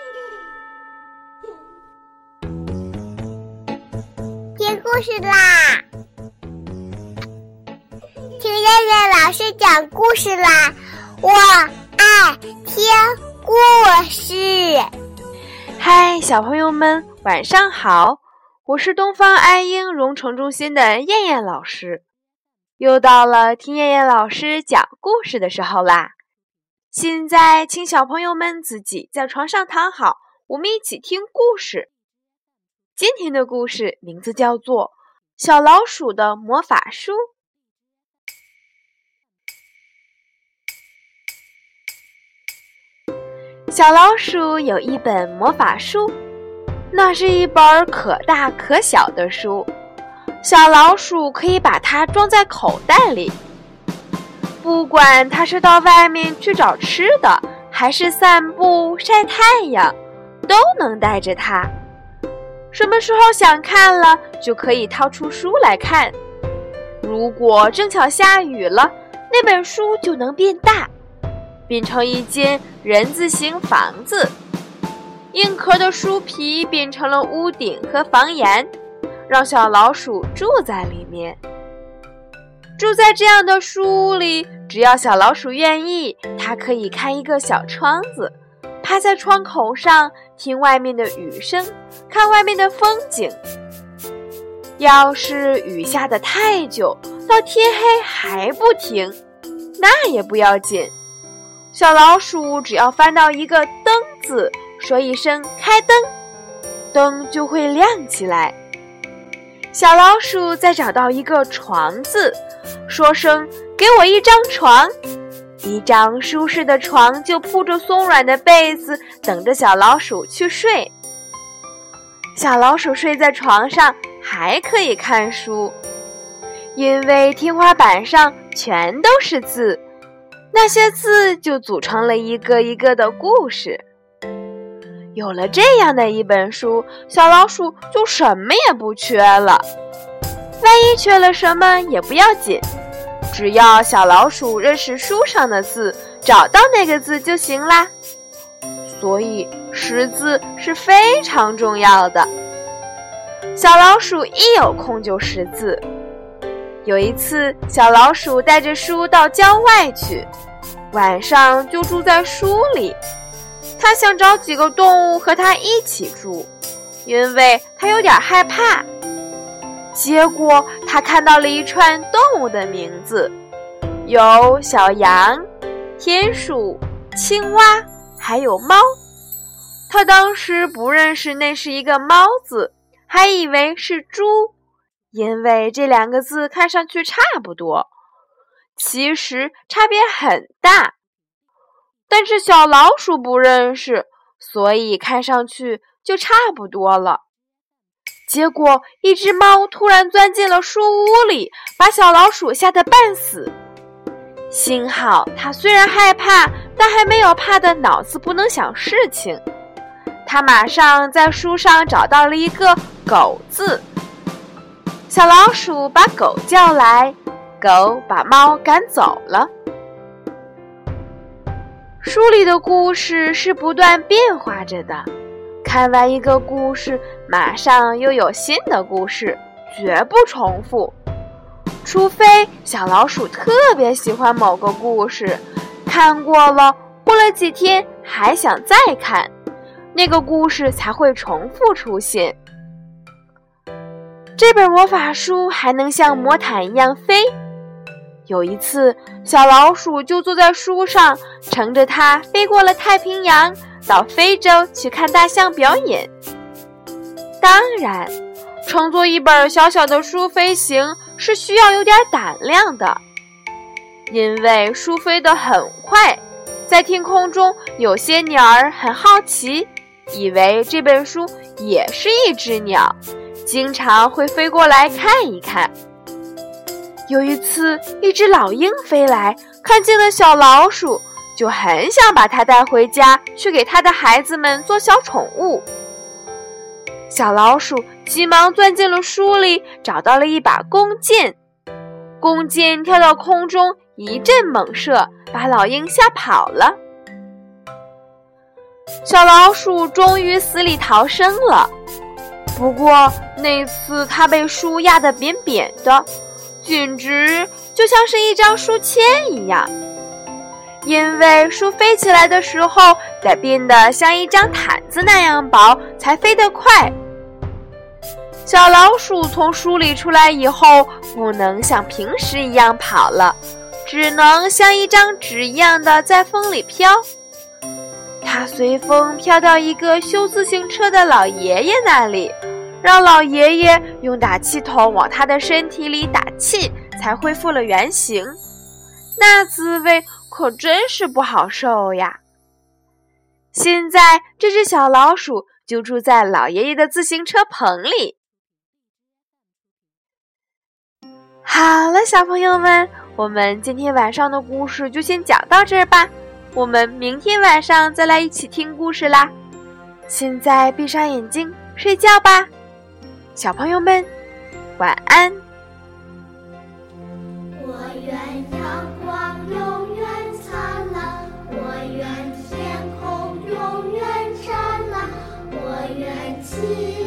听故事啦！听燕燕老师讲故事啦！我爱听故事。 嗨，小朋友们，晚上好！我是东方爱婴蓉城中心的燕燕老师。又到了听燕燕老师讲故事的时候啦！现在请小朋友们自己在床上躺好，我们一起听故事。今天的故事名字叫做《小老鼠的魔法书》。小老鼠有一本魔法书，那是一本可大可小的书，小老鼠可以把它装在口袋里。不管它是到外面去找吃的，还是散步晒太阳，都能带着它。什么时候想看了，就可以掏出书来看。如果正巧下雨了，那本书就能变大，变成一间人字形房子。硬壳的书皮变成了屋顶和房檐，让小老鼠住在里面。住在这样的书屋里，只要小老鼠愿意，它可以开一个小窗子，趴在窗口上听外面的雨声，看外面的风景。要是雨下得太久，到天黑还不停，那也不要紧，小老鼠只要翻到一个灯字，说一声开灯，灯就会亮起来。小老鼠再找到一个床字，说声给我一张床，一张舒适的床就铺着松软的被子，等着小老鼠去睡。小老鼠睡在床上还可以看书，因为天花板上全都是字，那些字就组成了一个一个的故事。有了这样的一本书，小老鼠就什么也不缺了。万一缺了什么也不要紧，只要小老鼠认识书上的字，找到那个字就行啦。所以识字是非常重要的。小老鼠一有空就识字。有一次，小老鼠带着书到郊外去，晚上就住在书里。他想找几个动物和他一起住，因为他有点害怕。结果他看到了一串动物的名字，有小羊、田鼠、青蛙，还有猫。他当时不认识那是一个猫字，还以为是猪，因为这两个字看上去差不多，其实差别很大。但是小老鼠不认识，所以看上去就差不多了。结果一只猫突然钻进了书屋里，把小老鼠吓得半死。幸好它虽然害怕，但还没有怕得脑子不能想事情。它马上在书上找到了一个狗字。小老鼠把狗叫来，狗把猫赶走了。书里的故事是不断变化着的，看完一个故事，马上又有新的故事，绝不重复。除非小老鼠特别喜欢某个故事，看过了，过了几天还想再看，那个故事才会重复出现。这本魔法书还能像魔毯一样飞。有一次，小老鼠就坐在书上，乘着它飞过了太平洋，到非洲去看大象表演。当然，乘坐一本小小的书飞行是需要有点胆量的，因为书飞得很快，在天空中有些鸟儿很好奇，以为这本书也是一只鸟，经常会飞过来看一看。有一次，一只老鹰飞来，看见了小老鼠，就很想把它带回家，去给它的孩子们做小宠物。小老鼠急忙钻进了书里，找到了一把弓箭。弓箭跳到空中，一阵猛射，把老鹰吓跑了。 小老鼠终于死里逃生了。不过那次它被书压得扁扁的，简直就像是一张书签一样。因为书飞起来的时候得变得像一张毯子那样薄，才飞得快。小老鼠从书里出来以后，不能像平时一样跑了，只能像一张纸一样的在风里飘。它随风飘到一个修自行车的老爷爷那里，让老爷爷用打气筒往它的身体里打气，才恢复了原形。那滋味可真是不好受呀！现在这只小老鼠就住在老爷爷的自行车棚里。好了，小朋友们，我们今天晚上的故事就先讲到这儿吧。我们明天晚上再来一起听故事啦。现在闭上眼睛睡觉吧，小朋友们，晚安。 我愿阳光永远灿烂，我愿天空永远湛蓝，我愿